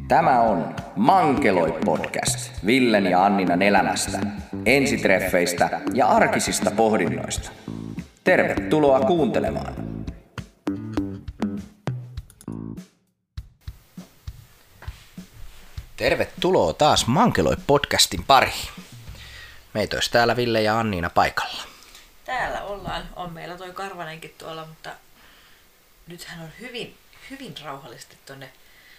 Tämä on Mankeloi podcast Villen ja Anninan elämästä, ensitreffeistä ja arkisista pohdinnoista. Tervetuloa kuuntelemaan! Tervetuloa taas Mankeloi podcastin pariin. Meitä olisi täällä Ville ja Anniina paikalla. Täällä ollaan. On meillä toi Karvanenkin tuolla, mutta nythän on hyvin rauhallisesti tonne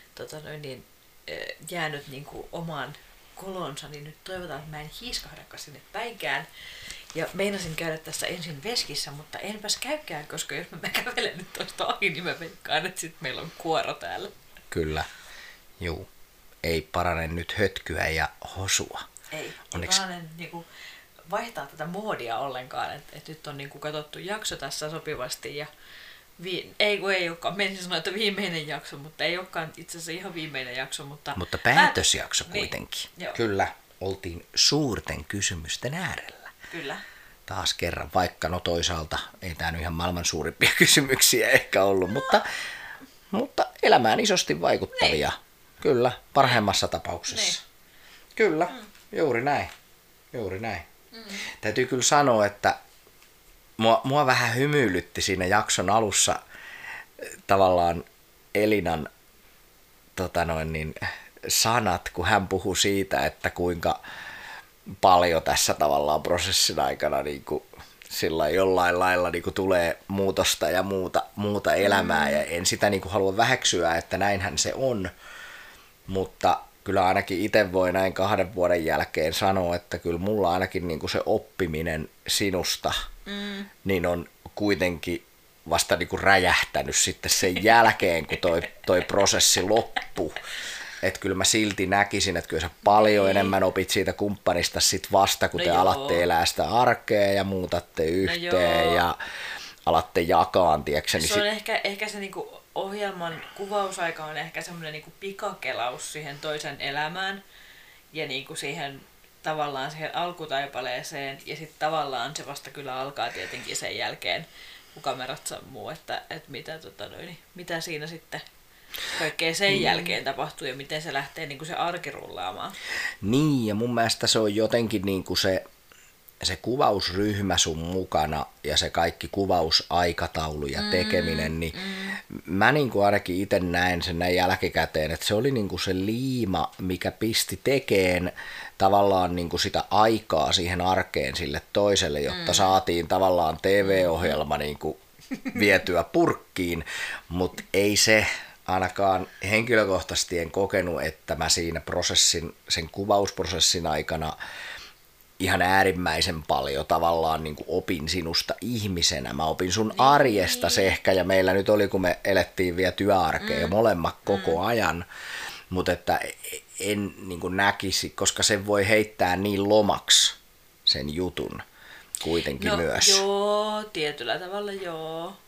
jäänyt niinku omaan kolonsa, niin nyt toivotaan, että mä en hiiskahdakaan sinne päinkään. Ja meinasin käydä tässä ensin veskissä, mutta enpäs käykään, koska jos mä kävelen nyt toista ohi, niin mä veikkaan, että sit meillä on kuoro täällä. Kyllä. Juu. Ei parane nyt hötkyä ja hosua. Ei parane niinku vaihtaa tätä moodia ollenkaan, että nyt on niinku katsottu jakso tässä sopivasti ja ei olekaan, menisin sanoa, että viimeinen jakso, mutta ei olekaan itse asiassa ihan viimeinen jakso. Mutta päätösjakso kuitenkin. Niin, kyllä, oltiin suurten kysymysten äärellä. Kyllä. Taas kerran, vaikka no toisaalta ei tämä nyt ihan maailman suurimpia kysymyksiä ehkä ollut, mutta elämään isosti vaikuttavia. Niin. Kyllä, parhaimmassa tapauksessa. Niin. Kyllä, juuri näin. Täytyy kyllä sanoa, että Mua vähän hymyilytti siinä jakson alussa tavallaan Elinan sanat, kun hän puhui siitä, että kuinka paljon tässä tavallaan prosessin aikana niin kuin sillä jollain lailla niin kuin tulee muutosta ja muuta elämää. Ja en sitä niin kuin halua väheksyä, että näinhän se on, mutta kyllä ainakin itse voi näin 2 vuoden jälkeen sanoa, että kyllä mulla ainakin niin kuin se oppiminen sinusta niin on kuitenkin vasta niin kuin räjähtänyt sitten sen jälkeen, kun toi prosessi loppui. Että kyllä mä silti näkisin, että kyllä sä paljon enemmän opit siitä kumppanista sit vasta, kun te alatte elää sitä arkea ja muutatte yhteen ja alatte jakaan, tiedätkö? Se on ehkä se niinku ohjelman kuvausaika on ehkä semmoinen niinku pikakelaus siihen toisen elämään ja niinku siihen tavallaan siihen alkutaipaleeseen ja sitten tavallaan se vasta kyllä alkaa tietenkin sen jälkeen, kun kamerat sammuu, että mitä siinä sitten kaikkea sen jälkeen tapahtuu ja miten se lähtee niinku se arki rullaamaan. Niin, ja mun mielestä se on jotenkin niinku se kuvausryhmä sun mukana ja se kaikki kuvausaikataulu ja tekeminen, niin mä niinku ainakin itse näen sen näin jälkikäteen, että se oli niinku se liima, mikä pisti tekeen tavallaan niinku sitä aikaa siihen arkeen sille toiselle, jotta saatiin tavallaan TV-ohjelma niinku vietyä purkkiin, mutta ei se ainakaan henkilökohtaisesti en kokenut, että mä siinä sen kuvausprosessin aikana ihan äärimmäisen paljon tavallaan niin kuin opin sinusta ihmisenä. Mä opin sun arjesta se ehkä, ja meillä nyt oli, kun me elettiin vielä työarkea molemmat koko ajan, mutta että en niin kuin näkisi, koska sen voi heittää niin lomaksi sen jutun kuitenkin myös. Joo, tietyllä tavalla joo.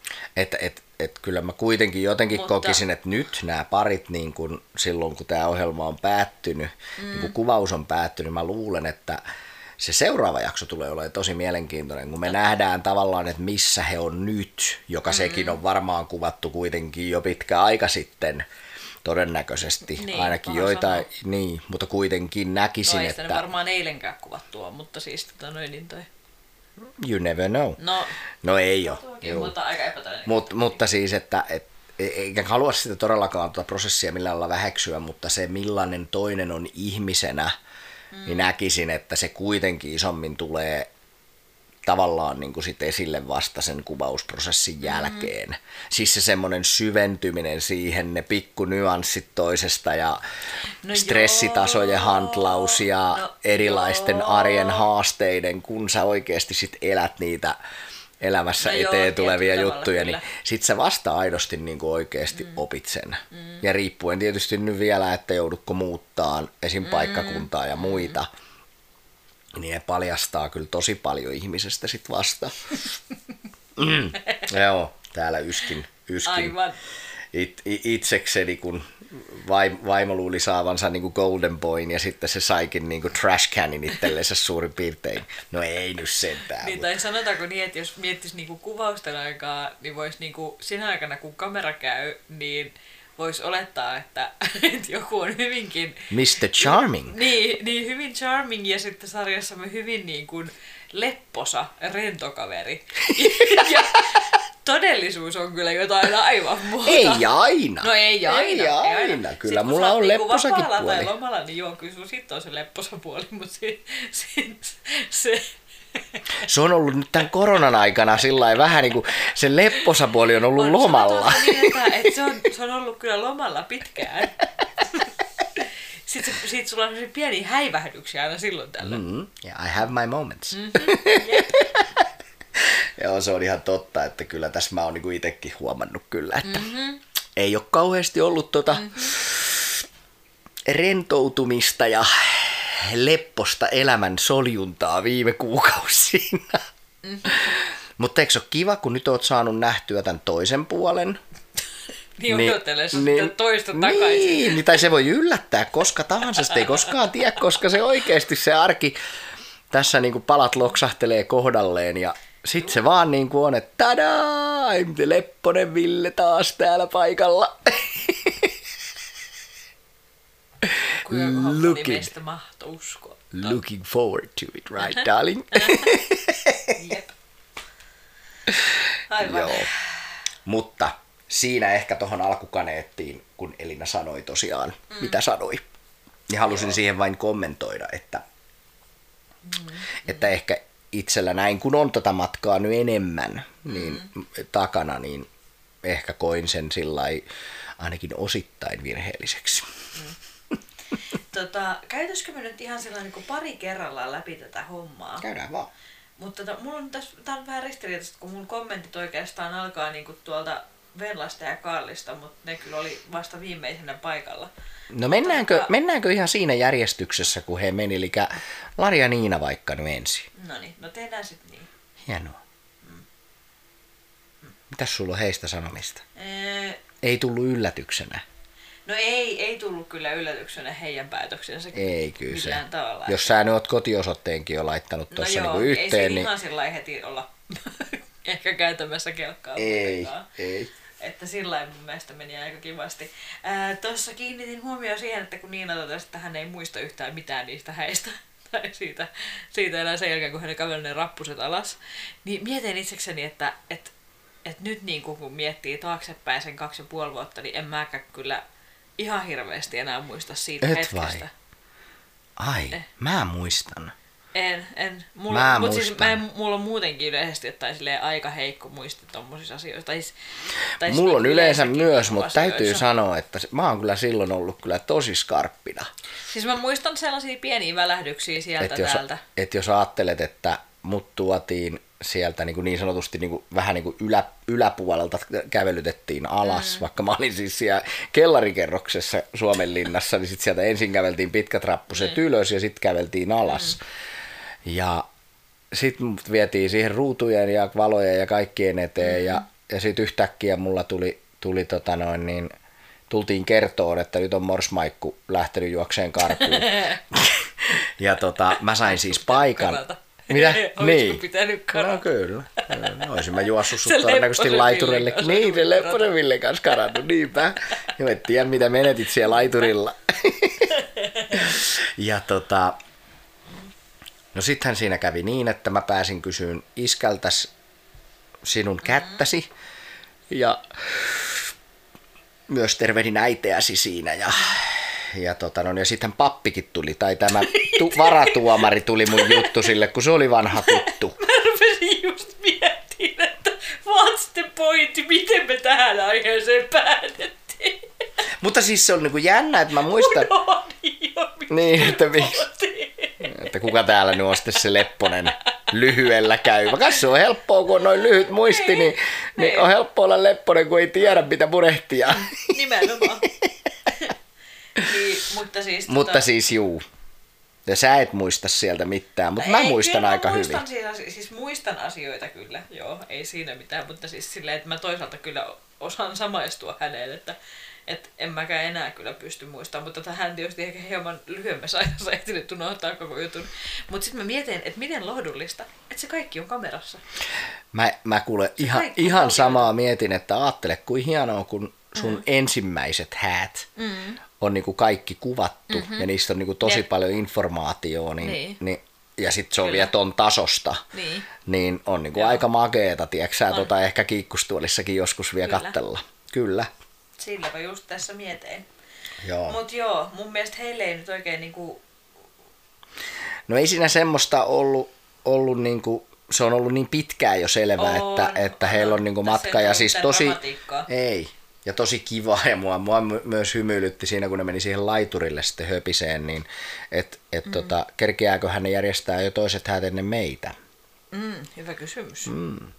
Et kyllä mä kuitenkin jotenkin kokisin, että nyt nämä parit niin kun silloin, kun tämä ohjelma on päättynyt, niin kun kuvaus on päättynyt, mä luulen, että se seuraava jakso tulee olemaan tosi mielenkiintoinen, kun me nähdään tavallaan, että missä he on nyt, joka sekin on varmaan kuvattu kuitenkin jo pitkä aika sitten, todennäköisesti, niin, ainakin joitain, niin, mutta kuitenkin näkisin, että ne varmaan eilenkään kuvattua, mutta siis You never know. No ei ole. Mutta aika epätodennäköistä. Mutta siis, että eikä halua sitä todellakaan tuota prosessia millään lailla väheksyä, mutta se millainen toinen on ihmisenä, niin näkisin, että se kuitenkin isommin tulee tavallaan niin kuin sit esille vasta sen kuvausprosessin jälkeen. Siis se semmoinen syventyminen siihen, ne pikku nyanssit toisesta ja stressitasojen handlaus ja erilaisten arjen haasteiden, kun sä oikeasti sit elät niitä elämässä eteen tulevia juttuja, niin sit sä vasta aidosti niin kuin oikeasti opit sen. Ja riippuen tietysti nyt vielä, että joudutko muuttaa esim. Paikkakuntaa ja muita, niin ne paljastaa kyllä tosi paljon ihmisestä sit vasta. Joo, täällä yskin. Aivan. Itsekseni, kun vaimo luuli saavansa niin kuin Golden Boyn ja sitten se saikin niin kuin trash canin itsellensä suurin piirtein. No ei nyt sentään. Niin, tai sanotaanko niin, että jos miettisi niin kuin kuvausten aikaa, niin voisi niin kuin siinä aikana, kun kamera käy, niin voisi olettaa, että joku on hyvinkin... Mr. Charming. Niin hyvin charming ja sitten sarjassamme hyvin niin kuin lepposa, rentokaveri. Ja todellisuus on kyllä jotain aivan muuta. Ei aina. No ei aina. Ei aina. Kyllä sit, mulla on lepposakin puoli. puoli. Tai lomalla, niin joo, kyllä sit on se lepposa puoli, mutta se Se on ollut nyt tämän koronan aikana sillä vähän niin kuin se lepposapuoli on ollut lomalla. Niin, se on ollut kyllä lomalla pitkään. Sitten sulla on pieni häivähdyksiä aina silloin tällöin. Yeah, I have my moments. Yep. Joo, se on ihan totta, että kyllä tässä mä oon niinku itsekin huomannut kyllä, että ei ole kauheasti ollut rentoutumista ja lepposta elämän soljuntaa viime kuukausina. Mutta eikö se ole kiva, kun nyt oot saanut nähtyä tämän toisen puolen? Niin odotellessa sitä toista takaisin. Niin, tai se voi yllättää koska tahansa, sitä ei koskaan tiedä, koska se oikeasti se arki tässä niinku palat loksahtelee kohdalleen ja sitten se vaan niinku on, että tadaa, Lepponen Ville taas täällä paikalla. Kuinka moni meistä mahtoi uskoa. Looking forward to it, right darling? Jep. Aivan. Joo. Mutta siinä ehkä tuohon alkukaneettiin, kun Elina sanoi tosiaan, mitä sanoi. Ja halusin siihen vain kommentoida, että ehkä itsellä näin, kun on tätä matkaa nyt enemmän niin takana, niin ehkä koin sen sillai ainakin osittain virheelliseksi. Käytäisikö me nyt ihan sellainen niin pari kerrallaan läpi tätä hommaa? Käydään vaan. Mutta mulla on tää on vähän ristiriitaista, kun mun kommentit oikeastaan alkaa niinku tuolta Venlasta ja Kallista, mutta ne kyllä oli vasta viimeisenä paikalla. No mennäänkö ihan siinä järjestyksessä, kun he meni, eli Lari ja Niina vaikka nyt ensin? No niin, no tehdään sitten niin. Hienoa. Mitäs sulla on heistä sanomista? Ei tullut yllätyksenä. No ei tullut kyllä yllätyksenä heidän päätöksensä. Ei kyllä se. Tavalla. Jos sä nyt oot kotiosoitteenkin jo laittanut tuossa niinku yhteen, ei se niin... ihan sillä heti olla ehkä kääntämässä kelkkaa. Ei. Että sillä mun mielestä meni aika kivasti. Tuossa kiinnitin huomioon siihen, että kun Niina totesi, että hän ei muista yhtään mitään niistä häistä, tai siitä enää sen jälkeen, kun hän käveli ne rappuset alas, niin mietin itsekseni, että nyt niin kun miettii taaksepäin sen 2,5 vuotta, niin en mäkään kyllä ihan hirveästi enää muista siitä hetkestä. Vai? Ai, mä muistan. En. Mulla on muutenkin yleisesti jotain aika heikko muisti tommosissa asioissa. Mulla on yleensä myös, mutta täytyy sanoa, että mä oon kyllä silloin ollut kyllä tosi skarppina. Siis mä muistan sellaisia pieniä välähdyksiä sieltä täältä. Että jos ajattelet, että mut tuotiin sieltä niin sanotusti vähän yläpuolelta kävelytettiin alas, vaikka mä olin siis siellä kellarikerroksessa Suomenlinnassa, niin sitten sieltä ensin käveltiin pitkät rappuset ylös ja sitten käveltiin alas. Ja sitten mut vietiin siihen ruutujen ja valojen ja kaikkien eteen ja sitten yhtäkkiä mulla tultiin kertoon, että nyt on morsmaikku lähtenyt juokseen karkuun. Ja mä sain siis paikan. Mitä? Niin. Pitänyt karata? No kyllä. Olisin mä juossut sut todennäköisesti laiturille. Niin, se Lepponen Ville kanssa karannut, niinpä. Jo et tiedä mitä menetit siellä laiturilla. Ja no sittenhän siinä kävi niin, että mä pääsin kysyyn iskältäs sinun kättäsi. Ja myös tervehdin äiteäsi siinä ja sitten pappikin tuli, tai tämä varatuomari tuli mun juttu sille, kun se oli vanha tuttu. Mä rupesin just miettimään, että what's the point, miten me tähän aiheeseen päätettiin. Mutta siis se on niinku jännä, että mä muistan... Niin, että kuka täällä nyt on sitten se Lepponen lyhyellä käyvä. Kas se on helppoa, kun on noin lyhyt muisti, niin on helppo olla Lepponen, kun ei tiedä mitä murehtia. Nimenomaan. Niin, mutta siis juu. Ja sä et muista sieltä mitään, mutta mä muistan aika hyvin. Siis muistan asioita kyllä, joo, ei siinä mitään, mutta siis silleen, että mä toisaalta kyllä osaan samaistua häneen, että en mäkään enää kyllä pysty muistamaan, mutta hän tietysti ehkä hieman lyhyemmässä ajassa ehtinyt unohtaa koko jutun. Mutta sitten mä mietin, että miten lohdullista, että se kaikki on kamerassa. Mä kuule ihan samaa mietin, että ajattele kuin hienoa, kun sun ensimmäiset häät on niinku kaikki kuvattu ja niistä on niinku tosi paljon informaatiota, niin ja sitten se on vielä ton tasosta, niin on niinku aika makeeta, tiedätkö ehkä kiikkustuolissakin joskus vielä katsella. Kyllä. Silläpä just tässä mietin. Mut mun mielestä heille ei nyt oikein niinku... No ei siinä semmoista ollut niinku, se on ollut niin pitkään jo selvää, että heillä on niinku matka ja siis tosi... Ei. Ja tosi kiva, ja mua myös hymyilytti siinä, kun ne meni siihen laiturille sitten höpiseen, niin kerkeääköhän ne järjestää jo toiset häät ennen meitä? Hyvä kysymys.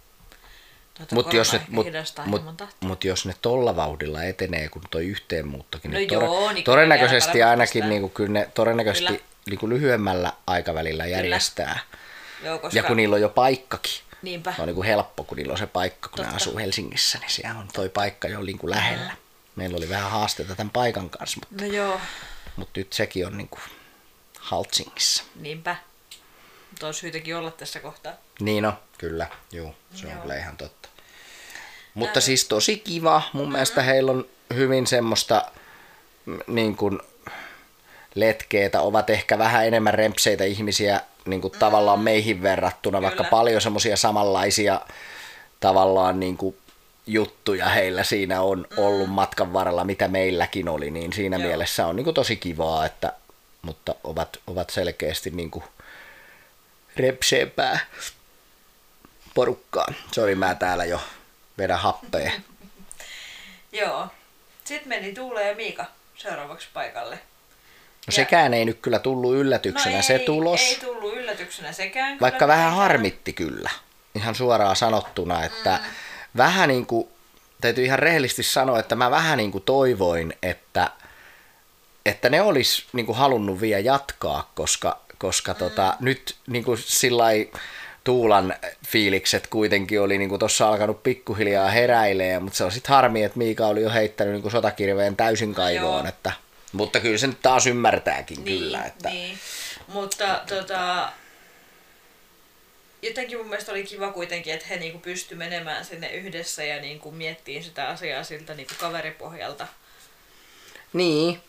Mut jos ne tolla vauhdilla etenee, kun toi yhteenmuuttokin, niin niin todennäköisesti ainakin niinku, kyllä ne todennäköisesti niinku lyhyemmällä aikavälillä järjestää. Joo, koska... Ja kun niillä on jo paikkakin. Niinpä. Se on niinku helppo, kun niillä on se paikka, kun ne asuu Helsingissä, niin siellä on toi paikka jo niinku lähellä. Meillä oli vähän haasteita tämän paikan kanssa, mutta nyt sekin on niinku Helsingissa. Niinpä. Mutta olisi syytäkin olla tässä kohtaa. Niin on, kyllä. Joo, se on kyllä ihan totta. Mutta siis tosi kiva. Mun mielestä heillä on hyvin semmoista niin kuin letkeetä, ovat ehkä vähän enemmän rempseitä ihmisiä niin kuin tavallaan meihin verrattuna, kyllä. Vaikka paljon semmoisia samanlaisia tavallaan niin kuin juttuja heillä siinä on ollut matkan varrella, mitä meilläkin oli, niin siinä mielessä on niin kuin tosi kivaa, mutta ovat selkeästi niin kuin repseempää porukkaa. Sori, mä täällä jo vedän happea. Joo. Sitten meni Tuula ja Miika seuraavaksi paikalle. No sekään ei nyt kyllä tullut yllätyksenä se tulos. Ei tullut yllätyksenä sekään. Vaikka vähän harmitti kyllä. Ihan suoraan sanottuna, että vähän niin kuin, täytyy ihan rehellisesti sanoa, että mä vähän niin kuin toivoin, että ne olisi niin kuin halunnut vielä jatkaa, koska nyt niin kuin sillai Tuulan fiilikset kuitenkin oli niin kuin tuossa alkanut pikkuhiljaa heräilemään, mutta se on sitten harmi, että Miika oli jo heittänyt niin kuin sotakirveen täysin kaivoon, mutta kyllä se nyt taas ymmärtääkin kyllä. Että... Niin, mutta jotenkin mun mielestä oli kiva kuitenkin, että he niinku pysty menemään sinne yhdessä ja niinku miettiin sitä asiaa siltä niinku kaveripohjalta. Niin.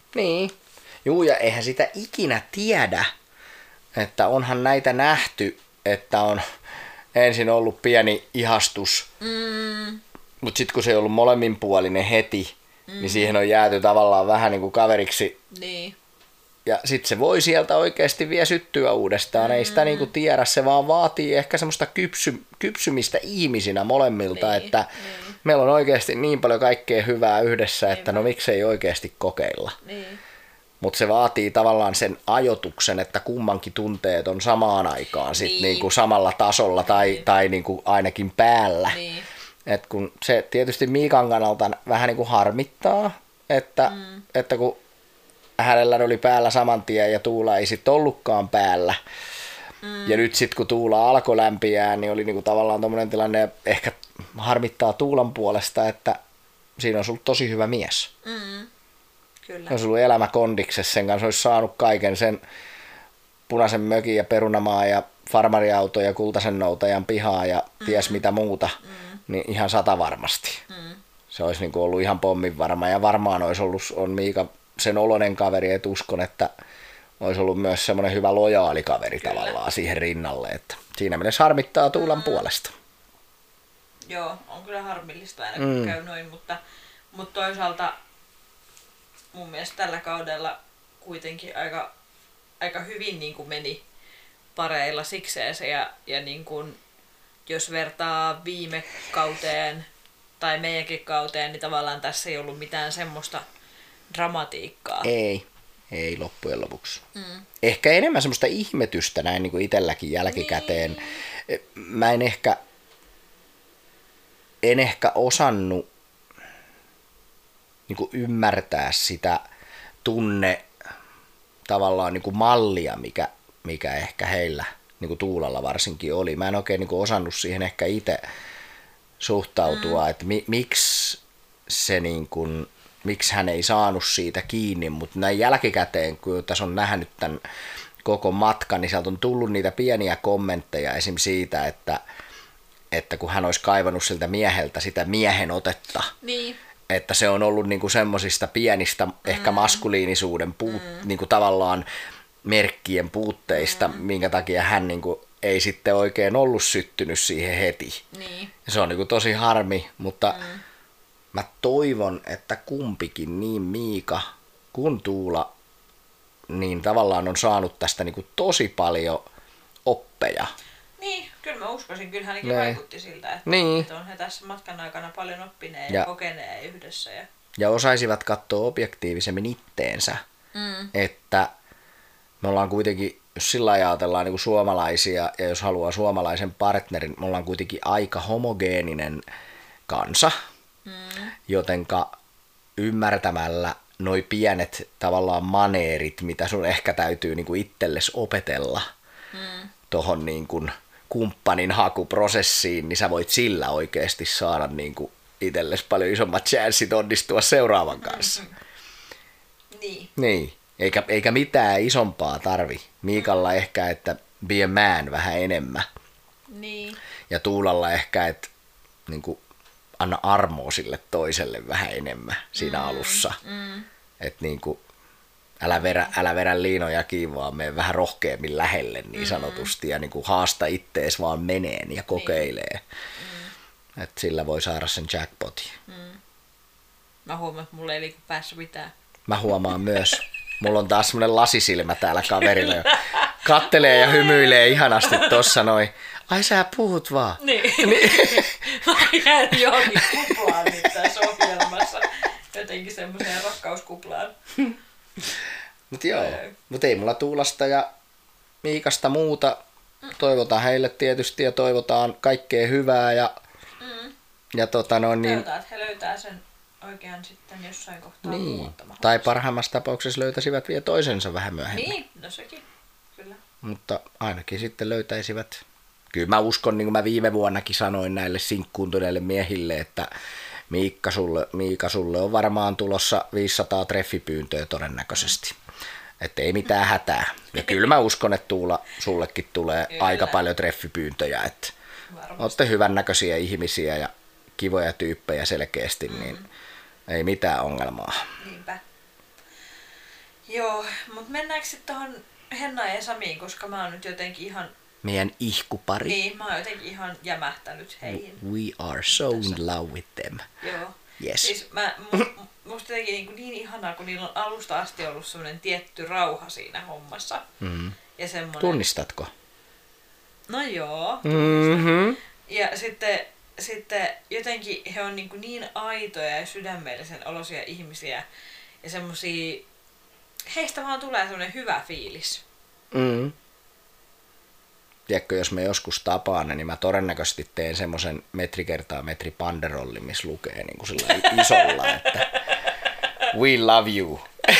Juu, ja eihän sitä ikinä tiedä, että onhan näitä nähty, että on ensin ollut pieni ihastus, mutta sitten kun se ei ollut molemminpuolinen heti, niin siihen on jääty tavallaan vähän niin kuin kaveriksi. Niin. Ja sitten se voi sieltä oikeasti vielä syttyä uudestaan. Ei sitä niin kuin tiedä, se vaan vaatii ehkä semmoista kypsymistä ihmisinä molemmilta, että meillä on oikeasti niin paljon kaikkea hyvää yhdessä, että no miksei oikeasti kokeilla. Niin. Mutta se vaatii tavallaan sen ajoituksen, että kummankin tunteet on samaan aikaan sit niinku samalla tasolla tai niinku ainakin päällä. Niin. Et kun se tietysti Miikan kannalta vähän niinku harmittaa, että kun hänellä oli päällä saman tien ja Tuula ei sitten ollutkaan päällä. Ja nyt sitten kun Tuula alkoi lämpiää, niin oli niinku tavallaan tommoinen tilanne, ehkä harmittaa Tuulan puolesta, että siinä on ollut tosi hyvä mies. Kyllä. Olisi ollut elämä kondiksessa, sen kanssa olisi saanut kaiken sen punaisen mökin ja perunamaa ja farmariauto ja kultaisen noutajan pihaa ja ties mitä muuta, niin ihan 100 varmasti. Se olisi niin kuin ollut ihan pommin varma ja varmaan olisi ollut, on Miika sen oloinen kaveri, et uskon, että olisi ollut myös semmoinen hyvä lojaali kaveri tavallaan siihen rinnalle, että siinä mielessä harmittaa Tuulan puolesta. Joo, on kyllä harmillista aina kun käy noin, mutta toisaalta mun mielestä tällä kaudella kuitenkin aika hyvin niin kuin meni pareilla sikseensä ja niin kuin, jos vertaa viime kauteen tai meidänkin kauteen, niin tavallaan tässä ei ollut mitään semmoista dramatiikkaa. Ei loppujen lopuksi. Ehkä enemmän semmoista ihmetystä näin niin kuin itselläkin jälkikäteen. Niin. Mä en ehkä osannut niin kuin ymmärtää sitä tavallaan niin kuin mallia, mikä ehkä heillä, niin kuin Tuulalla varsinkin oli. Mä en oikein niin kuin osannut siihen ehkä itse suhtautua, että miksi hän ei saanut siitä kiinni, mutta näin jälkikäteen, kun tässä on nähnyt tämän koko matkan, niin sieltä on tullut niitä pieniä kommentteja esim. Siitä, että kun hän olisi kaivannut siltä mieheltä sitä miehen otetta, että se on ollut niinku semmosista pienistä ehkä maskuliinisuuden niinku tavallaan merkkien puutteista, minkä takia hän niinku ei sitten oikein ollut syttynyt siihen heti. Niin. Se on niinku tosi harmi, mutta mä toivon, että kumpikin, niin Miika kuin Tuula, niin tavallaan on saanut tästä niinku tosi paljon oppeja. Niin, kyllä mä uskoisin. Kyllä hänkin vaikutti siltä, että, että on he tässä matkan aikana paljon oppineet ja kokeneet yhdessä. Ja osaisivat katsoa objektiivisemmin itteensä. Että me ollaan kuitenkin, jos sillä ajatellaan niin kuin suomalaisia ja jos haluaa suomalaisen partnerin, me ollaan kuitenkin aika homogeeninen kansa, jotenka ymmärtämällä noi pienet tavallaan maneerit, mitä sun ehkä täytyy niin kuin itsellesi opetella tohon niin kuin kumppanin hakuprosessiin, niin sä voit sillä oikeasti saada niin kuin itsellesi paljon isommat chanssit onnistua seuraavan kanssa. Niin. Eikä mitään isompaa tarvi. Miikalla ehkä, että be a man vähän enemmän. Niin. Ja Tuulalla ehkä, että niin kuin, anna armoa sille toiselle vähän enemmän siinä alussa. Että niin kuin, älä vedä liinoja kiinni, vaan mene vähän rohkeammin lähelle niin sanotusti. Ja niin kuin, haasta ittees vaan meneen ja kokeilee. Että sillä voi saada sen jackpotin. Mä huomaan, että mulla ei liiku päässä mitään. Mä huomaan myös. Mulla on taas semmonen lasisilmä täällä kaverilla. Kattelee ja hymyilee ihanasti tossa noin. Ai sä puhut vaan. Niin. Mä jään johonkin kuplaan nyt tässä ohjelmassa. Jotenkin semmoiseen rakkauskuplaan. Mut joo. Mut ei mulla Tuulasta ja Miikasta muuta. Toivotaan heille tietysti ja toivotaan kaikkea hyvää. Ja niin... Toivotaan, että he löytää sen oikean sitten jossain kohtaa vuotta. Tai parhaimmassa tapauksessa löytäisivät vielä toisensa vähän myöhemmin. Niin, no sekin, kyllä. Mutta ainakin sitten löytäisivät. Kyllä mä uskon, niin kuin mä viime vuonnakin sanoin näille sinkkuuntuneille miehille, että Miika, sulle on varmaan tulossa 500 treffipyyntöä todennäköisesti. Että ei mitään hätää. Ja kyllä mä uskon, että Tuula, sullekin tulee aika paljon treffipyyntöjä. Että olette hyvännäköisiä ihmisiä ja kivoja tyyppejä selkeästi, niin ei mitään ongelmaa. Niinpä. Joo, mutta mennäänkö sitten tuohon Henna ja Samiin, koska mä oon nyt jotenkin ihan... Meidän ihkupari. Niin, mä oon jotenkin ihan jämähtänyt heihin. We are so in love with them. Joo. Yes. Siis musta jotenkin niin ihanaa, kun niillä on alusta asti ollut semmoinen tietty rauha siinä hommassa. Ja semmoinen... Tunnistatko? No joo, Ja sitten jotenkin he on niin aitoja ja sydämellisen olosia ihmisiä ja semmosia, heistä vaan tulee semmoinen hyvä fiilis. Tiedätkö, jos me joskus tapaan, niin mä todennäköisesti teen semmoisen metri kertaa metri panderollin, missä lukee niin kuin sillä isolla, että we love you.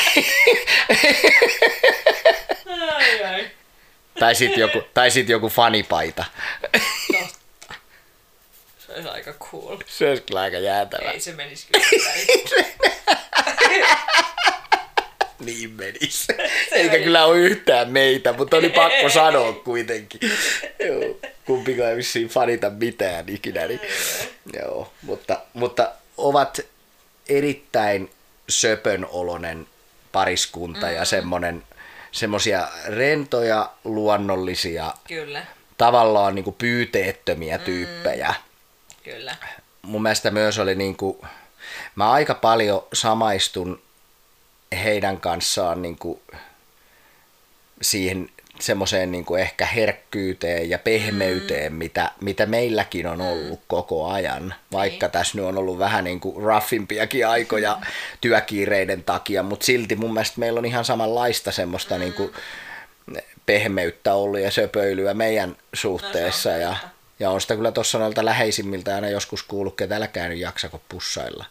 Ai. Tai sit joku fanipaita. Totta. Se olisi aika cool. Se olisi kyllä aika jäätävä. Ei se menisi kyllä. Niin menisi. Eikä kyllä ole yhtään meitä, mutta oli pakko sanoa kuitenkin. Joo, kumpikaan ei vissiin fanita mitään ikinä. Niin. Joo, mutta ovat erittäin söpön oloinen pariskunta ja semmosia rentoja, luonnollisia, kyllä. Tavallaan niinku pyyteettömiä tyyppejä. Kyllä. Mun mielestä myös oli niinku, mä aika paljon samaistun heidän kanssaan niinku siihen semmoiseen niinku ehkä herkkyyteen ja pehmeyteen, mitä meilläkin on ollut koko ajan, vaikka tässä nyt on ollut vähän niinku rougimpiakin aikoja työkiireiden takia, mutta silti mun mielestä meillä on ihan samanlaista semmoista niinku pehmeyttä ollut ja söpöilyä meidän suhteessa ja on sitä kyllä tuossa noilta läheisimmiltä aina joskus kuullut, ketä älkää nyt jaksako pussailla.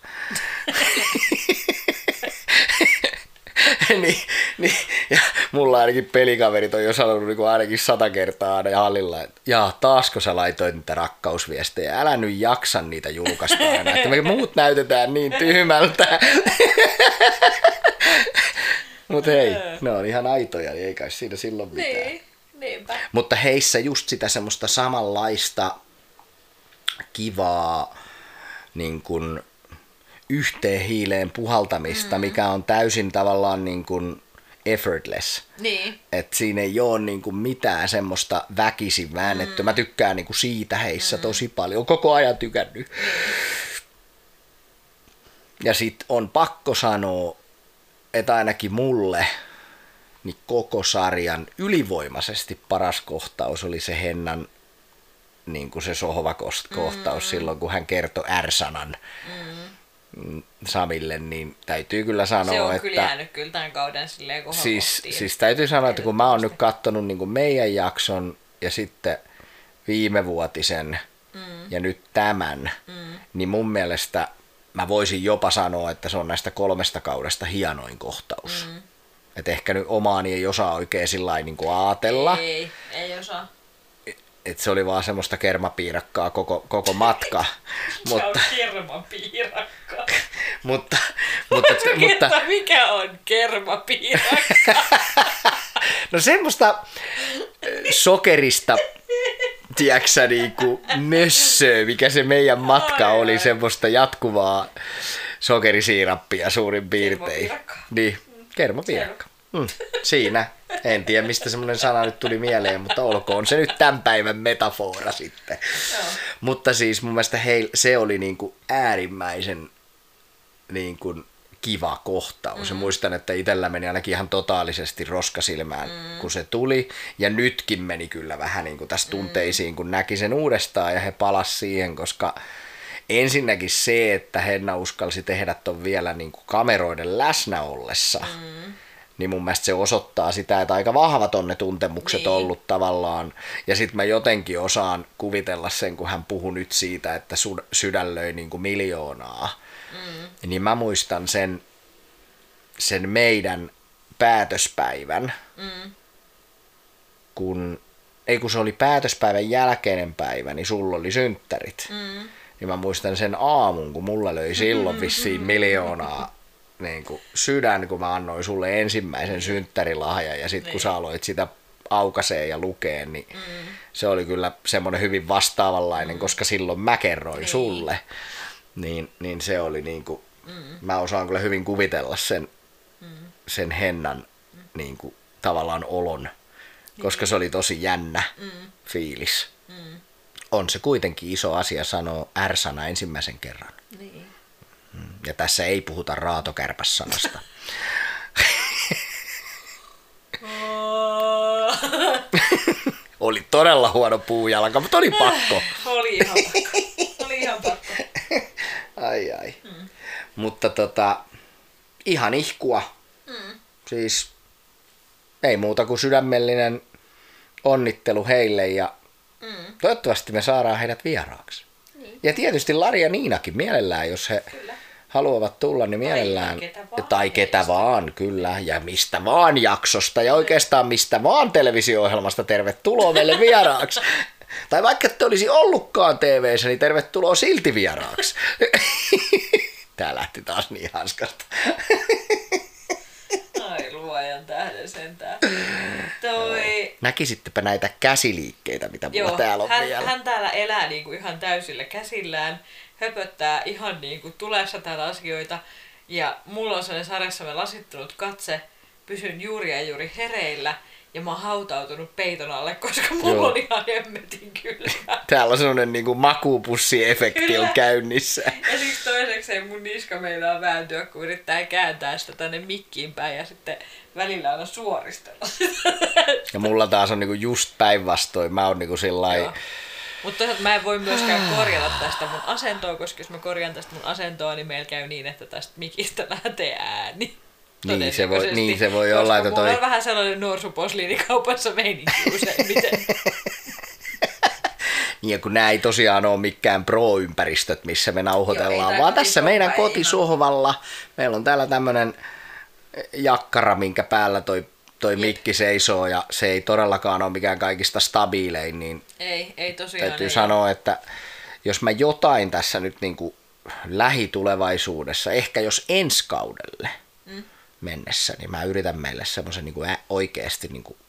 niin, ja mulla ainakin pelikaverit on jo sanonut niin ainakin 100 kertaa aina hallilla, että jaa, taasko sä laitoit niitä rakkausviestejä, älä nyt jaksa niitä julkaista aina, että me muut näytetään niin tyhmältä. Mutta hei, ne on ihan aitoja, niin ei kai siinä silloin mitään. Niin, niinpä. Mutta heissä just sitä semmoista samanlaista kivaa niin kuin yhteen hiileen puhaltamista, mikä on täysin tavallaan niin kuin effortless. Niin. Että siinä ei ole niin kuin mitään semmoista väkisin väännettyä. Mä tykkään niin kuin siitä heissä tosi paljon. Koko ajan tykännyt. Ja sit on pakko sanoa, että ainakin mulle niin koko sarjan ylivoimaisesti paras kohtaus oli se Hennan niin kuin se sohvakohtaus silloin, kun hän kertoi R-sanan Samille, niin täytyy kyllä sanoa, se on että... kyllä jäänyt kyllä tämän kauden silleen, kun siis täytyy sanoa, että kun mä oon nyt kattonut niin kuin meidän jakson ja sitten viimevuotisen ja nyt tämän, niin mun mielestä mä voisin jopa sanoa, että se on näistä 3 kaudesta hienoin kohtaus. Että ehkä nyt omaani ei osaa oikein sillain niin kuin ajatella. Ei osaa. Että se oli vaan semmoista kermapiirakkaa koko matka. Se on kermapiirakkaa. mutta, mikä on kermapiirakka? No semmoista sokerista, tiedätkö niinku mössöä, mikä se meidän matka oli, semmoista jatkuvaa sokerisiirappia suurin piirtein. Kermapiirakka. Niin, kermapiirakka. Siinä. En tiedä, mistä semmoinen sana nyt tuli mieleen, mutta olkoon se nyt tämän päivän metafora sitten. Mutta siis mun mielestä se oli niinku äärimmäisen niinku kiva kohtaus. Ja muistan, että itsellä meni ainakin ihan totaalisesti roskasilmään, kun se tuli. Ja nytkin meni kyllä vähän niinku tässä tunteisiin, kun näki sen uudestaan ja he palas siihen, koska ensinnäkin se, että Henna uskalsi tehdä ton vielä niinku kameroiden läsnä ollessa, niin mun mielestä se osoittaa sitä, että aika vahvat on ne tuntemukset ollut tavallaan. Ja sit mä jotenkin osaan kuvitella sen, kun hän puhui nyt siitä, että sydän löi niin kuin 1 000 000. Niin mä muistan sen meidän päätöspäivän, kun se oli päätöspäivän jälkeinen päivä, niin sulla oli synttärit. Niin mä muistan sen aamun, kun mulla löi silloin vissiin 1 000 000 niin kuin sydän, kun mä annoin sulle ensimmäisen synttärilahjan ja sitten kun sä aloit sitä aukasee ja lukee, niin se oli kyllä semmoinen hyvin vastaavanlainen, koska silloin mä kerroin sulle. Niin se oli niin kuin, mä osaan kyllä hyvin kuvitella sen Hennan niin kuin, tavallaan olon, koska se oli tosi jännä fiilis. On se kuitenkin iso asia sanoa R-sana ensimmäisen kerran. Niin. Ja tässä ei puhuta raatokärpäs-sanasta. Oli todella huono puujalka, mutta oli pakko. Oli ihan pakko. Ai. Mutta ihan ihkua. Siis ei muuta kuin sydämellinen onnittelu heille ja toivottavasti me saadaan heidät vieraaksi. Niin. Ja tietysti Lari ja Niinakin mielellään, jos he haluavat tulla, niin mielellään. Tai ketä vaan, kyllä. Ja mistä vaan jaksosta ja oikeastaan mistä vaan televisio-ohjelmasta tervetuloa meille vieraaksi. Tai vaikka ette olisi ollutkaan TV:ssä, niin tervetuloa silti vieraaksi. Tää lähti taas niin hanskasta. Ai luojan tähden sentään. Näkisittepä näitä käsiliikkeitä, mitä mulla täällä on vielä. Hän täällä elää niinku ihan täysillä käsillään, höpöttää ihan niinku tulessa täällä asioita. Ja mulla on sellainen sarjassamme lasittunut katse, pysyn juuri ja juuri hereillä. Ja mä oon hautautunut peiton alle, koska mulla on ihan hemmetin kylmä. Täällä on sellainen niinku makuupussiefekti on käynnissä. Ja siksi toisekseen mun niska meinaa vääntyä, kun yrittää kääntää sitä tänne mikkiin päin ja sitten välillä aina suoristella. Ja mulla taas on niinku just päinvastoin. Mä oon niinku sillai... Mutta toisaalta mä en voi myöskään korjata tästä mun asentoa, koska jos mä korjaan tästä mun asentoa, niin meillä käy niin, että tästä mikistä lähtee ääni. Niin se voi olla, että mulla on vähän sellainen norsuposliinikaupassa meininki useimmiten. Niin ja kun nämä ei tosiaan ole mikään pro-ympäristöt, missä me nauhoitellaan, vaan tässä meidän kotisohvalla. Meillä on täällä tämmöinen jakkara, minkä päällä toi mikki seisoo ja se ei todellakaan ole mikään kaikista stabiilein. Niin ei tosiaan. Täytyy sanoa, että jos mä jotain tässä nyt niin kuin lähitulevaisuudessa, ehkä jos ensi kaudelle mennessä, niin mä yritän meille semmoisen niin kuin oikeasti niin kuin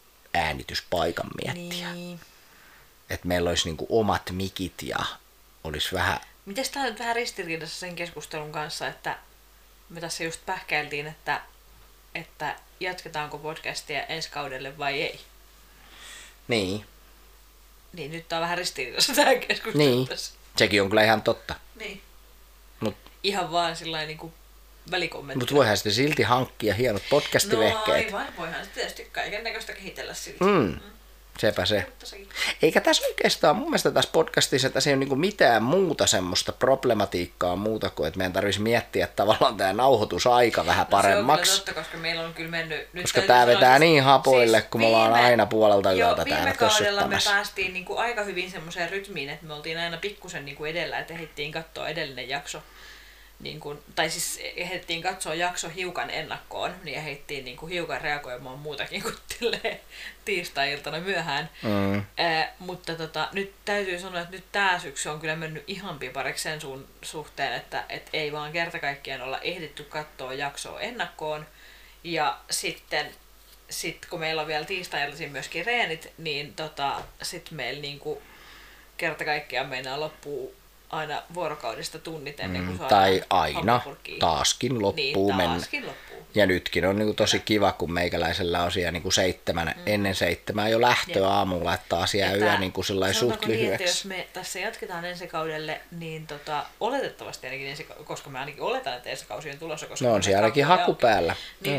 äänityspaikan miettiä. Niin. Että meillä olisi niin kuin omat mikit ja olisi vähän mites tää on nyt vähän ristiriidassa sen keskustelun kanssa, että me tässä just pähkäiltiin, että jatketaanko podcastia ensi kaudelle vai ei. Niin. Niin nyt tää on vähän ristiriidassa tää keskustelu Niin. tässä. Sekin on kyllä ihan totta. Niin. Mut, Ihan vaan sillain niinku välikommentti. mut voihan sitten silti hankkia hienot No podcastivehkeet. aivan, voihan sitten tietysti kaiken näköistä kehitellä silti. Sepä se. Mutta sekin. Eikä tässä oikeastaan mun mielestä tässä podcastissa tässä ei ole niinku mitään muuta semmoista problematiikkaa muuta kuin, että meidän tarvitsisi miettiä tavallaan tämä nauhoitusaika vähän paremmaksi. Se on kyllä totta, koska meillä on kyllä mennyt... Nyt Koska täytyy tää sanoa, vetää siis- niin hapoille, kun me ollaan aina puolelta Joo, yöltä täällä viime kaudella me kössyttämässä. päästiin niinku aika hyvin semmoiseen rytmiin, että me oltiin aina pikkusen niinku edellä, että ehdittiin katsoa edellinen jakso. Niin kun, tai siis ehdittiin katsoa jakso hiukan ennakkoon, niin ehdittiin niinku hiukan reagoimaan muutakin kuin tiistai-iltana myöhään. Mutta nyt täytyy sanoa, että nyt tää syksy on kyllä mennyt ihan pipareksi sen suhteen, että ei vaan kerta kaikkiaan olla ehditty katsoa jaksoa ennakkoon. Ja sitten kun meillä on vielä tiistai-iltaisin myöskin reenit, niin sitten meillä niinku kerta kaikkiaan meinaa loppuu aina vuorokaudesta tunnit ennen kuin saadaan Tai aina hampapurkkiin. taaskin loppuu Niin, mennä. taaskin loppuu. Ja nytkin on niinku tosi kiva, kun meikäläisellä on siellä niinku ennen 7 jo lähtö aamulla, että taas jää yö niinku sillai suht sanotaanko niin, että lyhyeksi. jos me tässä jatketaan ensi kaudelle, niin oletettavasti ainakin koska mä ainakin oletan, että ensi kausi on tulossa. Koska No on siellä ainakin haku päällä.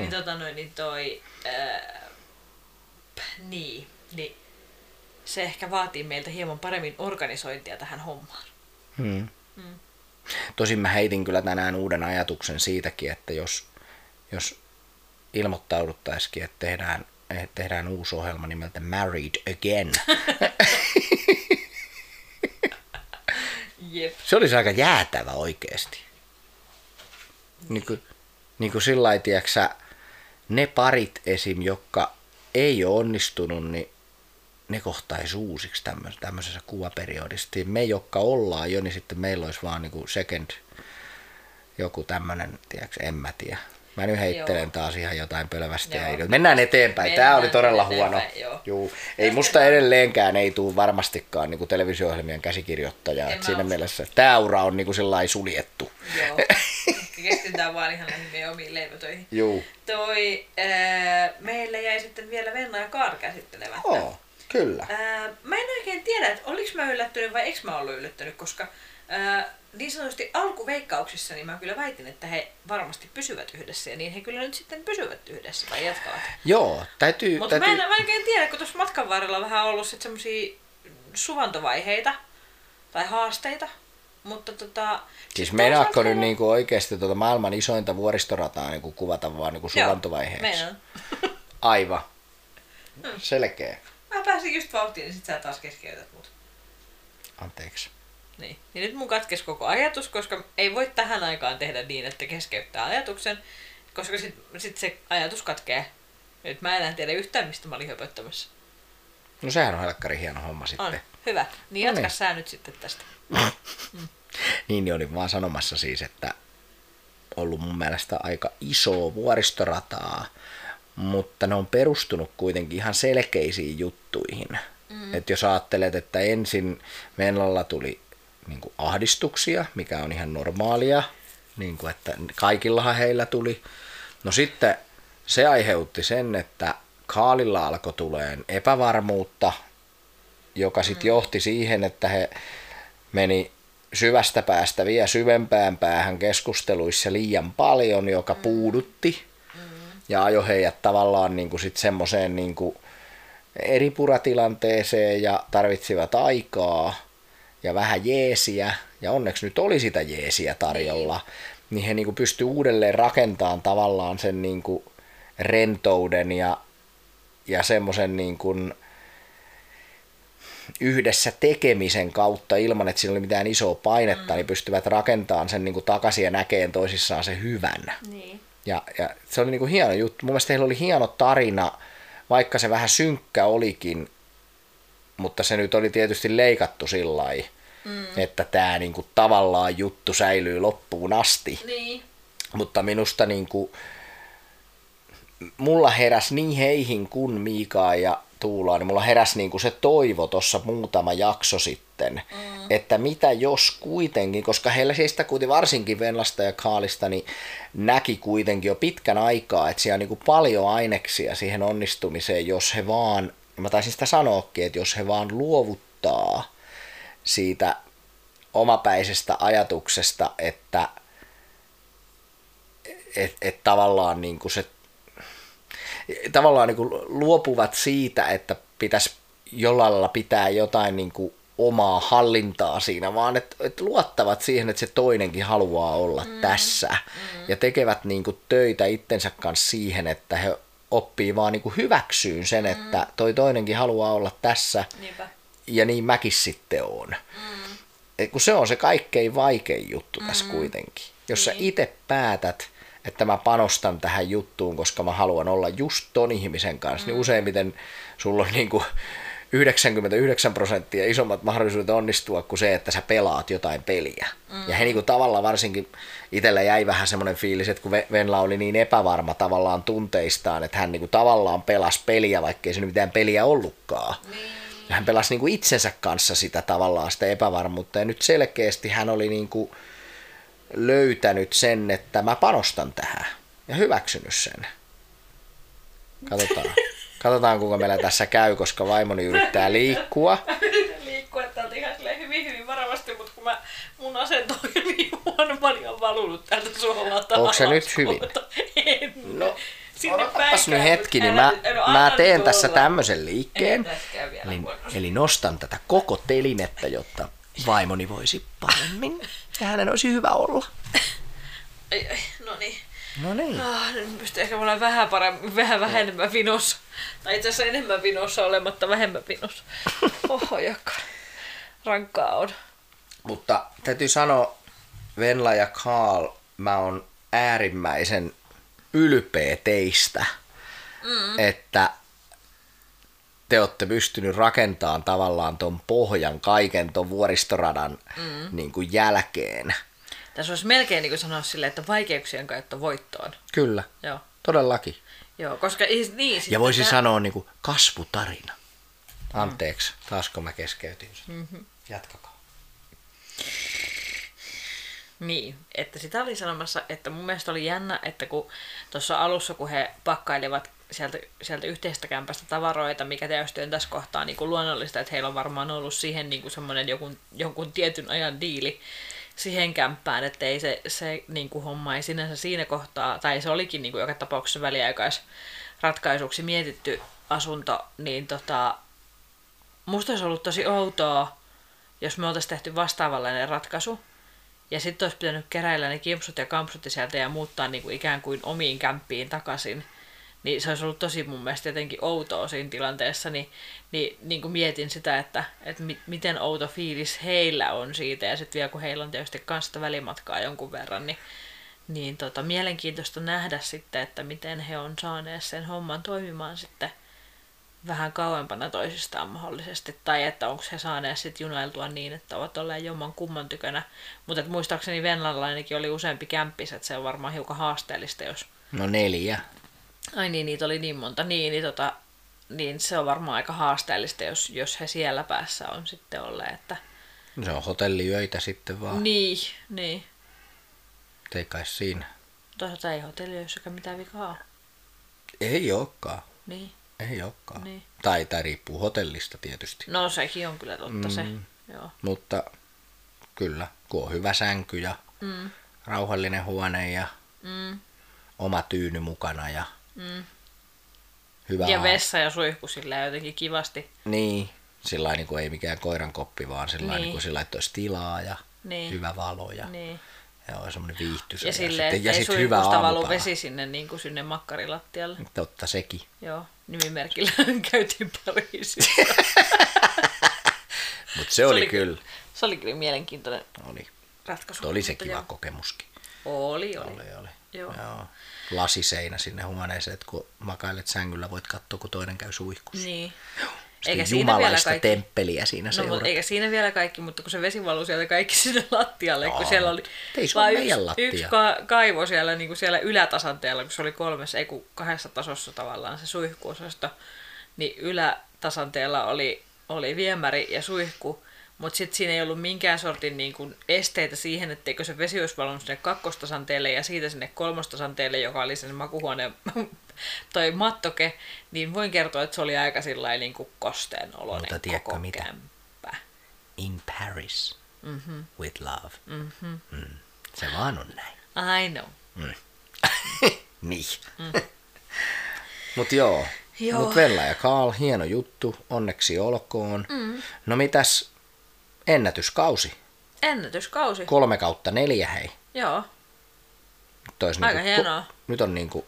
Niin, se ehkä vaatii meiltä hieman paremmin organisointia tähän hommaan. Tosin mä heitin kyllä tänään uuden ajatuksen siitäkin, että jos ilmoittauduttaisikin, että tehdään uusi ohjelma nimeltä Married Again. Jep. Se olisi aika jäätävä oikeesti. Niin kuin sillä lailla, tiiäksä, ne parit esim, jotka ei ole onnistunut, niin ne kohtaisi uusiksi tämmöisessä kuvaperiodissa. Me, jotka ollaan jo, niin sitten meillä olisi vaan niinku second joku tämmöinen, tiedätkö, en mä tiedä. Mä nyt heittelen taas ihan jotain pölvästä ja ideoita. Mennään eteenpäin. Tää oli todella huono. Juu. Ei musta edelleenkään ei tule varmastikaan niinku televisio-ohjelmien käsikirjoittajaa. Siinä mielessä tää ura on niinku sellainen suljettu. Joo. Keskitytään vaan ihan näihin meidän omiin leipätöihin. Juu. Meille jäi sitten vielä Venna ja Kaar käsittelemättä. Oo, kyllä. Mä en oikein tiedä, että oliks mä yllättynyt vai eikö mä ollut yllättynyt, koska niin sanotusti alkuveikkauksissa niin mä kyllä väitin, että he varmasti pysyvät yhdessä ja niin he kyllä nyt sitten pysyvät yhdessä tai jatkavat. Joo, täytyy... Mutta mä en oikein tiedä, kun tuossa matkan varrella on vähän ollut sitten semmosia suvantovaiheita tai haasteita. Mutta siis meinaatko nyt niinku oikeesti maailman isointa vuoristorataa niinku kuvata vaan niinku suvantovaiheeksi? Meinaan. Aivan. Selkeä. Mä pääsin just vauhtiin, niin sit sä taas keskeytät mut. Anteeksi. Niin. Ja nyt mun katkesi koko ajatus, koska ei voi tähän aikaan tehdä niin, että keskeyttää ajatuksen, koska sit se ajatus katkee. Nyt mä enää tiedä yhtään, mistä mä olin höpöttämässä. No sehän on helkkari hieno homma sitten. On, hyvä. Niin jatka sä nyt sitten tästä. Niin olin vaan sanomassa siis, että ollut mun mielestä aika isoa vuoristorataa, mutta ne on perustunut kuitenkin ihan selkeisiin juttuihin. Että jos ajattelet, että ensin Vennalla tuli niinku ahdistuksia, mikä on ihan normaalia, niinku että kaikillahan heillä tuli. No sitten se aiheutti sen, että Kaalilla alkoi tuleen epävarmuutta, joka sitten johti siihen, että he meni syvästä päästä vielä syvempään päähän keskusteluissa liian paljon, joka puudutti ja ajoi heidät tavallaan niinku sit semmoiseen niinku eripuratilanteeseen ja tarvitsivat aikaa ja vähän jeesiä ja onneksi nyt oli sitä jeesiä tarjolla, niin he niinku pystyi uudelleen rakentamaan tavallaan sen niinku rentouden ja semmoisen niinku yhdessä tekemisen kautta ilman, että siinä oli mitään isoa painetta, niin pystyvät rakentamaan sen niinku takaisin ja näkeen toisissaan sen hyvän. Niin. Ja se oli niinku hieno juttu. Mun mielestä heillä oli hieno tarina, vaikka se vähän synkkä olikin, mutta se nyt oli tietysti leikattu sillai, että tämä niinku tavallaan juttu säilyy loppuun asti. Niin. Mutta minusta niinku, mulla heräsi niin heihin kuin Miikaan ja Tuulaan, niin mulla heräsi niinku se toivo tuossa muutama jakso sitten, sitten, että mitä jos kuitenkin, koska heillä sitä kuitenkin varsinkin Venlasta ja Kaalista niin näki kuitenkin jo pitkän aikaa, että siellä on niin kuin paljon aineksia siihen onnistumiseen, jos he vaan, mä taisin sitä sanoakin, että jos he vaan luovuttaa siitä omapäisestä ajatuksesta, että tavallaan niin kuin se tavallaan niin kuin luopuvat siitä, että pitäisi jollain lailla pitää jotain niin kuin omaa hallintaa siinä, vaan että luottavat siihen, että se toinenkin haluaa olla tässä ja tekevät niin kuin töitä itsensä kanssa siihen, että he oppii vaan niin kuin hyväksyyn sen, että toi toinenkin haluaa olla tässä. Niinpä. Ja niin mäkin sitten oon. Kun se on se kaikkein vaikein juttu tässä kuitenkin. Jos sä itse päätät, että mä panostan tähän juttuun, koska mä haluan olla just ton ihmisen kanssa, niin useimmiten sulla on niinku 99% isommat mahdollisuudet onnistua kuin se, että sä pelaat jotain peliä. Ja he niinku tavallaan varsinkin itsellä jäi vähän semmoinen fiilis, että kun Venla oli niin epävarma tavallaan tunteistaan, että hän niinku tavallaan pelasi peliä, vaikkei se nyt mitään peliä ollutkaan. Ja hän pelasi niinku itsensä kanssa sitä tavallaan sitä epävarmuutta. Ja nyt selkeästi hän oli niinku löytänyt sen, että mä panostan tähän. Ja hyväksynyt sen. Katsotaan kuinka meillä tässä käy, koska vaimoni yrittää liikkua. Mä yritän liikkua täältä ihan hyvin varovasti, mutta kun mun asento on niin huono, mä olin valunut täältä suolata. Onko se nyt hyvin? En. No, odotapas nyt hetki, niin mä teen tässä tämmöisen liikkeen. Eli nostan tätä koko telinettä, jotta vaimoni voisi paremmin ja hänen olisi hyvä olla. No niin. No niin. Nyt pystyy ehkä olla vähän vähemmän vinossa. Tai itse asiassa enemmän vinossa olematta vähemmän vinossa. Oho, joka rankkaa on. Mutta täytyy sanoa, Venla ja Kaal, mä oon äärimmäisen ylpeä teistä, että te olette pystynyt rakentamaan tavallaan ton pohjan kaiken ton vuoristoradan niin kuin jälkeen. Tässä olisi melkein niin kuin sanoa silleen, että vaikeuksien kautta voittoon. Kyllä, Joo. todellakin. Joo, koska niin... Ja voisi sanoa niin kuin kasvutarina. Anteeksi, taasko mä keskeytin sen. Jatkakaa. Niin, että sitä oli sanomassa, että mun mielestä oli jännä, että kun tuossa alussa, kun he pakkailivat sieltä yhteisestä kämpästä tavaroita, mikä tietysti on tässä kohtaa niin kuin luonnollista, että heillä on varmaan ollut siihen niin kuin semmoinen jonkun tietyn ajan diili siihen kämppään, että ei se niin kuin homma ei sinänsä siinä kohtaa, tai se olikin niin kuin joka tapauksessa väliaikaisratkaisuksi mietitty asunto, niin musta olisi ollut tosi outoa, jos me oltaisiin tehty vastaavanlainen ratkaisu, ja sitten olisi pitänyt keräillä ne kimpsut ja kampsut sieltä ja muuttaa niin kuin ikään kuin omiin kämppiin takaisin. Niin se olisi ollut tosi mun mielestä jotenkin outoa siinä tilanteessa, niin kuin mietin sitä, että miten outo fiilis heillä on siitä, ja sitten vielä kun heillä on tietysti kans sitä välimatkaa jonkun verran, niin mielenkiintoista nähdä sitten, että miten he on saaneet sen homman toimimaan sitten vähän kauempana toisistaan mahdollisesti, tai että onko he saaneet sitten junailtua niin, että ovat olleet jomman kumman tykönä, mutta muistaakseni venlanlainenkin oli useampi kämppis, että se on varmaan hiukan haasteellista, jos... No 4. Ai niin, niitä oli niin monta. Niin se on varmaan aika haasteellista, jos he siellä päässä on sitten olleet. Että... Se on hotelliyöitä sitten vaan. Niin. Ei kai siinä. Toisaalta ei hotelliyöissäkään mitään vikaa ole. Ei olekaan. Niin. Ei olekaan. Niin. Tai riippuu hotellista tietysti. No sekin on kyllä totta se. Joo. Mutta kyllä, kun on hyvä sänky ja rauhallinen huone ja oma tyyny mukana ja hyvä ja vessa ja suihku sillä jotenkin kivasti. Niin, sillä niin kuin ei mikään koirankoppi, vaan sillä niin kuin että olisi tilaa ja hyvä valo ja on semmoinen viihtyisä. Ja silleen, että ei suihkusta valu vesi sinne, niin kuin sinne makkarilattialle. Totta sekin. Joo, nimimerkillä käytiin Pariisissa. Mutta se oli kyllä. Se oli kyllä mielenkiintoinen ratkaisu. Oli se kiva kokemuskin. Oli. Joo. Lasiseinä sinne huoneeseen, että kun makailet sängyllä, voit katsoa, kun toinen käy suihkussa. Niin. Eikä jumalaista temppeliä siinä seurata. Eikä siinä vielä kaikki, mutta kun se vesi valui sieltä kaikki sinne lattialle, kun siellä oli vain yksi kaivo siellä, niin kuin siellä ylätasanteella, kun se oli 2 tasossa tavallaan se suihkuosasto, niin ylätasanteella oli viemäri ja suihku, mutta sitten siinä ei ollut minkään sortin niin kuin esteitä siihen, etteikö se vesi olisi valunut sinne kakkostasanteelle ja siitä sinne kolmostasanteelle, joka oli sen makuhuoneen toi mattoke, niin voin kertoa, että se oli aika sillain niin kuin kosteen oloinen koko mitä? kämppä. In Paris with love. Se vaan on näin. I know. Niin. Mut joo. Mut Vella ja Karl, hieno juttu, onneksi olkoon. No mitäs ennätyskausi? Ennätyskausi. 3/4, hei. Joo. Nyt aika hienoa. Nyt on niinku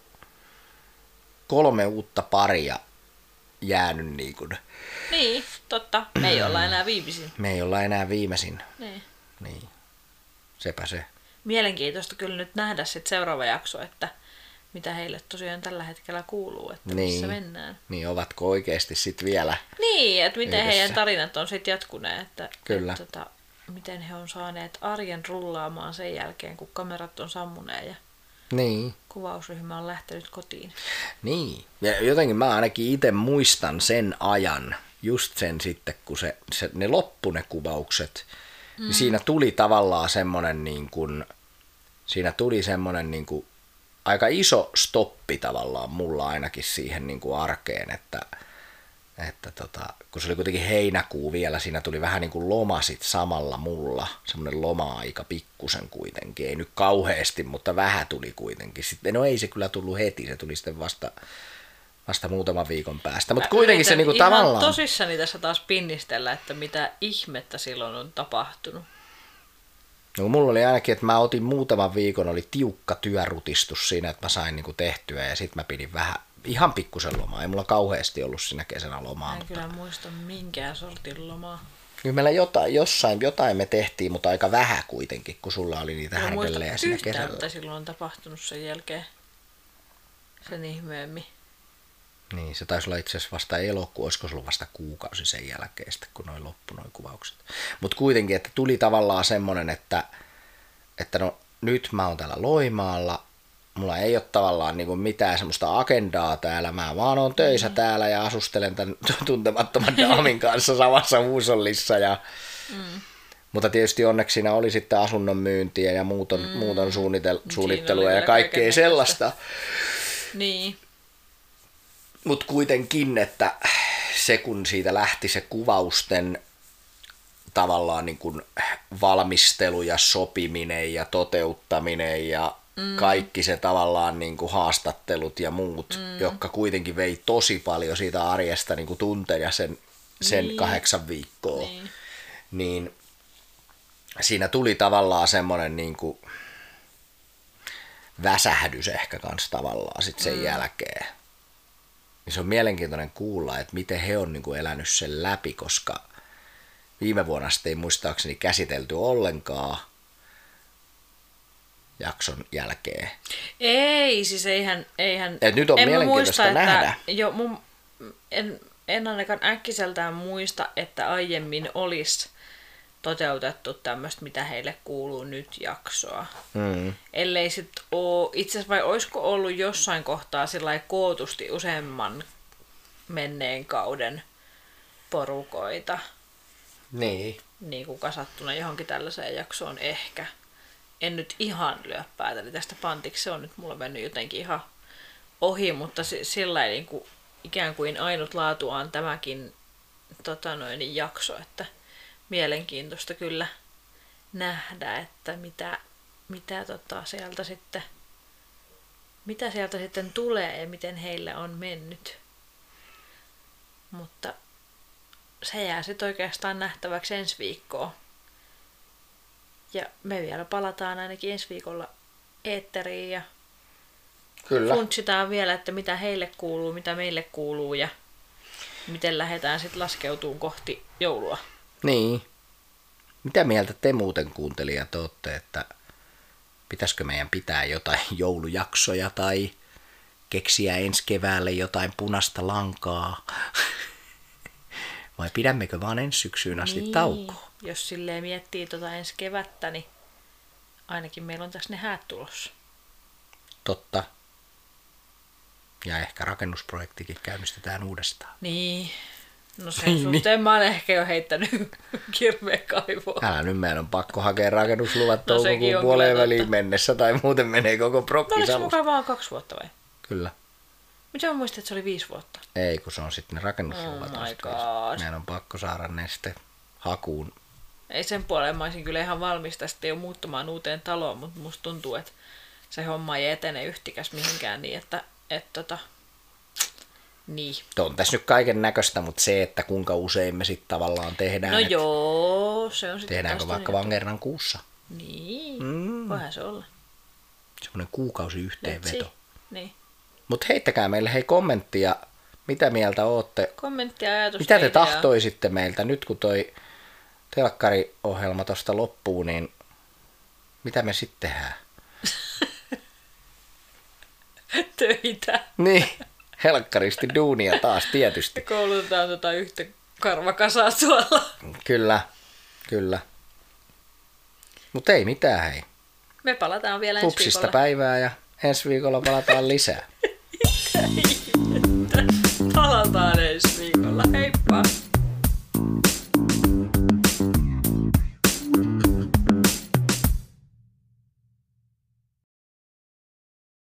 3 uutta paria jäänyt niinku. Niin, totta. Me ei olla enää viimeisin. Me ei olla enää viimeisin. Niin. Sepä se. Mielenkiintoista kyllä nyt nähdä sit seuraava jakso, että mitä heille tosiaan tällä hetkellä kuuluu, että missä mennään. Niin, ovatko oikeasti sitten vielä niin, että miten yhdessä. heidän tarinat on sitten jatkuneet, että Kyllä. miten he on saaneet arjen rullaamaan sen jälkeen, kun kamerat on sammuneet ja niin. kuvausryhmä on lähtenyt kotiin. Niin, ja jotenkin mä ainakin itse muistan sen ajan, just sen sitten, kun ne loppu ne kuvaukset, niin siinä tuli tavallaan semmoinen niin kuin, aika iso stoppi tavallaan mulla ainakin siihen niin kuin arkeen, että kun se oli kuitenkin heinäkuu vielä, siinä tuli vähän niin kuin loma sit samalla mulla, semmoinen loma-aika pikkusen kuitenkin, ei nyt kauheasti, mutta vähän tuli kuitenkin. Sitten, no ei se kyllä tullut heti, se tuli sitten vasta muutaman viikon päästä, mutta kuitenkin se niin kuin tavallaan... Ihan tosissani tässä taas pinnistellä, että mitä ihmettä silloin on tapahtunut. No mulla oli ainakin, että mä otin muutaman viikon, oli tiukka työrutistus siinä, että mä sain niin kuin tehtyä ja sitten mä pidin ihan pikkusen lomaa. Ei mulla kauheasti ollut siinä kesänä lomaa. En kyllä muista minkään sortin lomaa. Kyllä meillä jotain me tehtiin, mutta aika vähän kuitenkin, kun sulla oli niitä härdelleen siinä kesällä. Mitä silloin on tapahtunut sen jälkeen, sen ihmeemmin. Niin, se taisi olla itse asiassa vasta elokuu, olisiko se ollut vasta kuukausi sen jälkeen, sitten, kun noin loppu noin kuvaukset. Mutta kuitenkin, että tuli tavallaan semmoinen, että no nyt mä oon täällä Loimaalla, mulla ei ole tavallaan niin kuin mitään semmoista agendaa täällä, mä vaan oon töissä täällä ja asustelen tämän tuntemattoman daamin kanssa samassa huusollissa. Mutta tietysti onneksi siinä oli sitten asunnon myyntiä ja muuton suunnittelua ja kaikkea sellaista. Niin. Mutta kuitenkin, että se kun siitä lähti se kuvausten tavallaan niin kuin valmistelu ja sopiminen ja toteuttaminen ja kaikki se tavallaan niin kuin haastattelut ja muut, jotka kuitenkin vei tosi paljon siitä arjesta niin kuin tunteja sen 8 viikkoa, niin siinä tuli tavallaan semmoinen niin kuin väsähdys ehkä kans tavallaan sit sen jälkeen. Niin se on mielenkiintoinen kuulla, että miten he on niin kuin elänyt sen läpi, koska viime vuonna sitten ei muistaakseni käsitelty ollenkaan jakson jälkeen. Ei, siis eihän et nyt on en mielenkiintoista muista, nähdä. En ainakaan äkkiseltään muista, että aiemmin olisi toteutettu tämmöistä, mitä heille kuuluu nyt jaksoa. Ellei sitten ole, itse asiassa vai olisiko ollut jossain kohtaa sillai kootusti useamman menneen kauden porukoita. Niin kuin kasattuna johonkin tällaiseen jaksoon ehkä. En nyt ihan lyö päätä, eli tästä pantiksi se on nyt mulla mennyt jotenkin ihan ohi, mutta sillä niin kuin ikään kuin ainutlaatuaan tämäkin jakso, että mielenkiintoista kyllä nähdä, että mitä sieltä sitten tulee ja miten heille on mennyt. Mutta se jää sitten oikeastaan nähtäväksi ensi viikkoon. Ja me vielä palataan ainakin ensi viikolla eetteriin ja funtsitaan vielä, että mitä heille kuuluu, mitä meille kuuluu ja miten lähdetään sitten laskeutumaan kohti joulua. Niin. Mitä mieltä te muuten kuuntelijat olette, että pitäisikö meidän pitää jotain joulujaksoja tai keksiä ensi keväälle jotain punaista lankaa? Vai pidämmekö vaan ensi syksyyn asti taukoa? Jos silleen miettii ensi kevättä, niin ainakin meillä on tässä ne häät tulossa. Totta. Ja ehkä rakennusprojektikin käynnistetään uudestaan. Niin. No sen suhteen mä oon ehkä jo heittänyt kirveen kaivoon. Älä nyt, meidän on pakko hakea rakennusluvat No sekin toukokuun on puoleen kyllä väliin totta. mennessä, tai muuten menee koko No prokki oliko se salusta. mukaan vaan 2 vuotta vai? Kyllä. Mitä mä muistin, että se oli 5 vuotta? Ei, kun se on sitten ne rakennusluvat. Oh my asti. god. Meidän on pakko saada ne sitten hakuun. Ei sen puoleen, mä olisin kyllä ihan valmis tästä jo muuttumaan uuteen taloon, mutta musta tuntuu, että se homma ei etene yhtikäs mihinkään niin, että niin. On tässä nyt kaiken näköistä, mutta se, että kuinka usein me sitten tavallaan tehdään. No joo, se on sitten Tehdäänkö vaikka vaan kerran kuussa? Niin, voihan se olla. Semmoinen kuukausi yhteenveto. Niin. Mutta heittäkää meille hei kommenttia, mitä mieltä ootte. Kommenttia, ajatusta, Mitä te ideaa. tahtoisitte meiltä nyt, kun toi telkkariohjelma tosta loppuu, niin mitä me sitten tehdään? Töitä. Niin, helkkaristi duunia taas tietysti. Koulutetaan yhtä karvakasaa tuolla. Kyllä, kyllä. Mutta ei mitään hei. Me palataan vielä ensi Hupsista viikolla. päivää ja ensi viikolla palataan lisää. Palataan ensi viikolla. Heippa!